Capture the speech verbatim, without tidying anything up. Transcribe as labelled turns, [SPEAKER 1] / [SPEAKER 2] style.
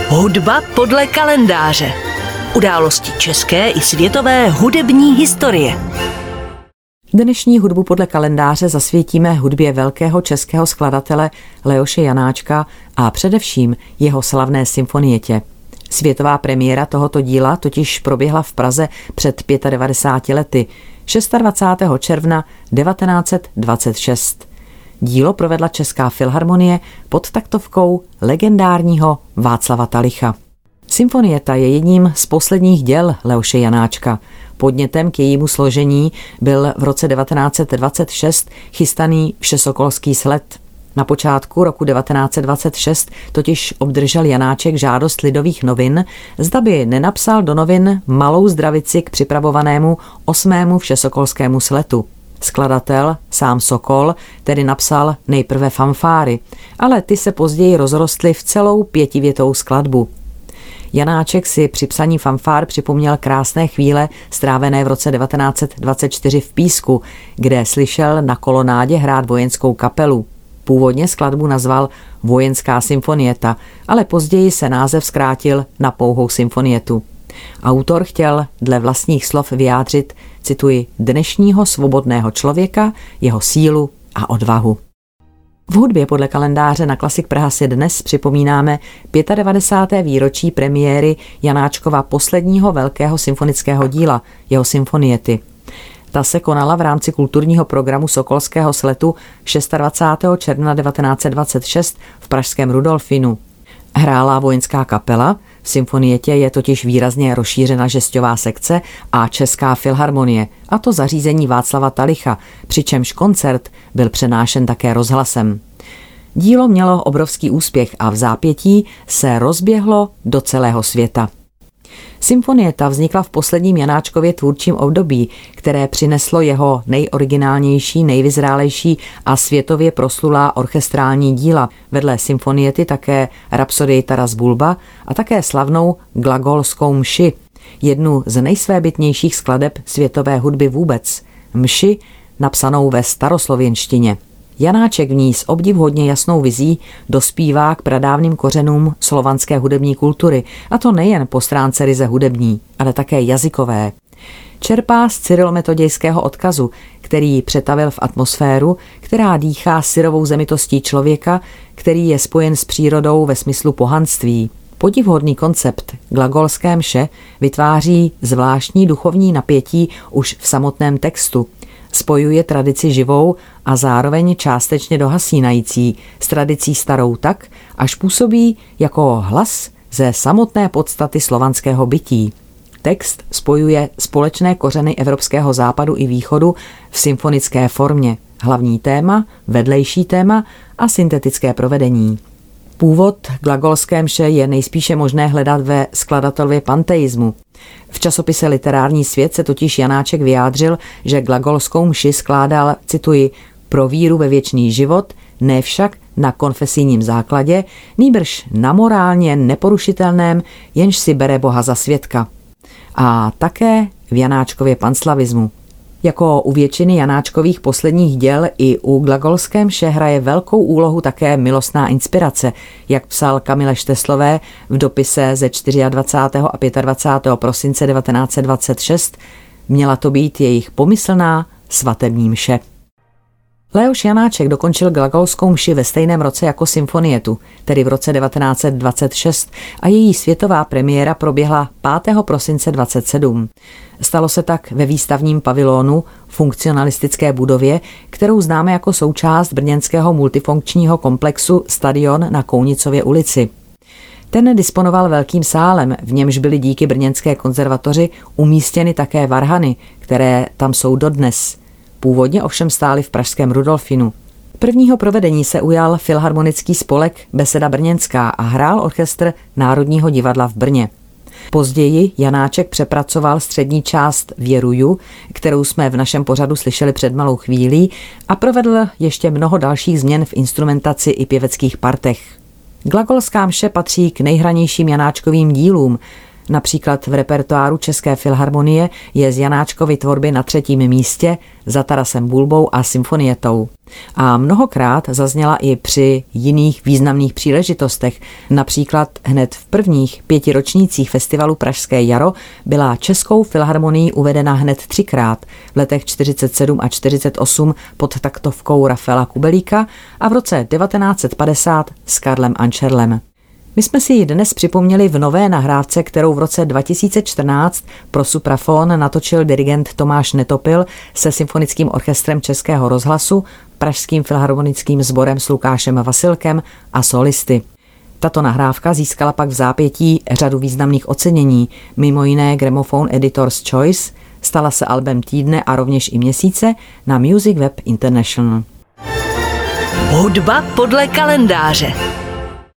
[SPEAKER 1] Hudba podle kalendáře. Události české i světové hudební historie.
[SPEAKER 2] Dnešní hudbu podle kalendáře zasvětíme hudbě velkého českého skladatele Leoše Janáčka a především jeho slavné symfonietě. Světová premiéra tohoto díla totiž proběhla v Praze před devadesát pěti lety, dvacátého šestého června devatenáct set dvacet šest. Dílo provedla Česká filharmonie pod taktovkou legendárního Václava Talicha. Symfonieta je jedním z posledních děl Leoše Janáčka. Podnětem k jejímu složení byl v roce devatenáct set dvacet šest chystaný Všesokolský sled. Na počátku roku devatenáct set dvacet šest totiž obdržel Janáček žádost Lidových novin, zda by nenapsal do novin malou zdravici k připravovanému osmému Všesokolskému sletu. Skladatel, sám Sokol, tedy napsal nejprve fanfáry, ale ty se později rozrostly v celou pětivětou skladbu. Janáček si při psaní fanfár připomněl krásné chvíle strávené v roce devatenáct set dvacet čtyři v Písku, kde slyšel na kolonádě hrát vojenskou kapelu. Původně skladbu nazval Vojenská symfonieta, ale později se název zkrátil na pouhou symfonietu. Autor chtěl dle vlastních slov vyjádřit, cituji, dnešního svobodného člověka, jeho sílu a odvahu. V hudbě podle kalendáře na Klasik Praha si dnes připomínáme devadesáté páté výročí premiéry Janáčkova posledního velkého symfonického díla, jeho symfoniety. Ta se konala v rámci kulturního programu Sokolského sletu dvacátého šestého června devatenáct set dvacet šest v pražském Rudolfinu. Hrála vojenská kapela, v symfonietě je totiž výrazně rozšířena žesťová sekce a Česká filharmonie, a to zařízení Václava Talicha, přičemž koncert byl přenášen také rozhlasem. Dílo mělo obrovský úspěch a v zápětí se rozběhlo do celého světa. Symfonieta vznikla v posledním Janáčkově tvůrčím období, které přineslo jeho nejoriginálnější, nejvyzrálejší a světově proslulá orchestrální díla, vedle symfoniety také Rapsodii Taras Bulba a také slavnou Glagolskou mši, jednu z nejsvébytnějších skladeb světové hudby vůbec, mši napsanou ve staroslověnštině. Janáček v ní s obdivuhodně jasnou vizí dospívá k pradávným kořenům slovanské hudební kultury, a to nejen po stránce ryze hudební, ale také jazykové. Čerpá z cyrilometodějského odkazu, který přetavil v atmosféru, která dýchá syrovou zemitostí člověka, který je spojen s přírodou ve smyslu pohanství. Podivhodný koncept glagolské mše vytváří zvláštní duchovní napětí už v samotném textu. Spojuje tradici živou a zároveň částečně dohasínající s tradicí starou tak, až působí jako hlas ze samotné podstaty slovanského bytí. Text spojuje společné kořeny evropského západu i východu v symfonické formě, hlavní téma, vedlejší téma a syntetické provedení. Původ glagolské mše je nejspíše možné hledat ve skladatelově panteismu. V časopise Literární svět se totiž Janáček vyjádřil, že glagolskou mši skládal, cituji, pro víru ve věčný život, ne však na konfesijním základě, nýbrž na morálně neporušitelném, jenž si bere Boha za svědka. A také v Janáčkově panslavismu. Jako u většiny Janáčkových posledních děl i u glagolské mše hraje velkou úlohu také milostná inspirace, jak psal Kamile Šteslové v dopise ze dvacátého čtvrtého a dvacátého pátého prosince devatenáct set dvacet šest, měla to být jejich pomyslná svatební mše. Leoš Janáček dokončil glagolskou mši ve stejném roce jako symfonietu, tedy v roce devatenáct set dvacet šest, a její světová premiéra proběhla pátého prosince dvacet sedm. Stalo se tak ve výstavním pavilonu, funkcionalistické budově, kterou známe jako součást brněnského multifunkčního komplexu Stadion na Kounicově ulici. Ten disponoval velkým sálem, v němž byly díky brněnské konzervatoři umístěny také varhany, které tam jsou dodnes. Původně ovšem stály v pražském Rudolfinu. Prvního provedení se ujal filharmonický spolek Beseda brněnská a hrál orchestr Národního divadla v Brně. Později Janáček přepracoval střední část Věruju, kterou jsme v našem pořadu slyšeli před malou chvílí, a provedl ještě mnoho dalších změn v instrumentaci i pěveckých partech. Glagolská mše patří k nejhranějším Janáčkovým dílům, Například v repertoáru České filharmonie je z Janáčkovy tvorby na třetím místě Za Tarasem Bulbou a symfonietou. A mnohokrát zazněla i při jiných významných příležitostech. Například hned v prvních pěti ročnících festivalu Pražské jaro byla Českou filharmonií uvedena hned třikrát, v letech čtyřicet sedm a čtyřicet osm pod taktovkou Rafaela Kubelíka a v roce devatenáct set padesát s Karlem Ančerlem. My jsme si ji dnes připomněli v nové nahrávce, kterou v roce dva tisíce čtrnáct pro suprafon natočil dirigent Tomáš Netopil se Symfonickým orchestrem Českého rozhlasu, Pražským filharmonickým sborem s Lukášem Vasilkem a solisty. Tato nahrávka získala pak v zápětí řadu významných ocenění, mimo jiné Gramophone Editor's Choice, stala se albem týdne a rovněž i měsíce na Music Web International.
[SPEAKER 1] Hudba podle kalendáře.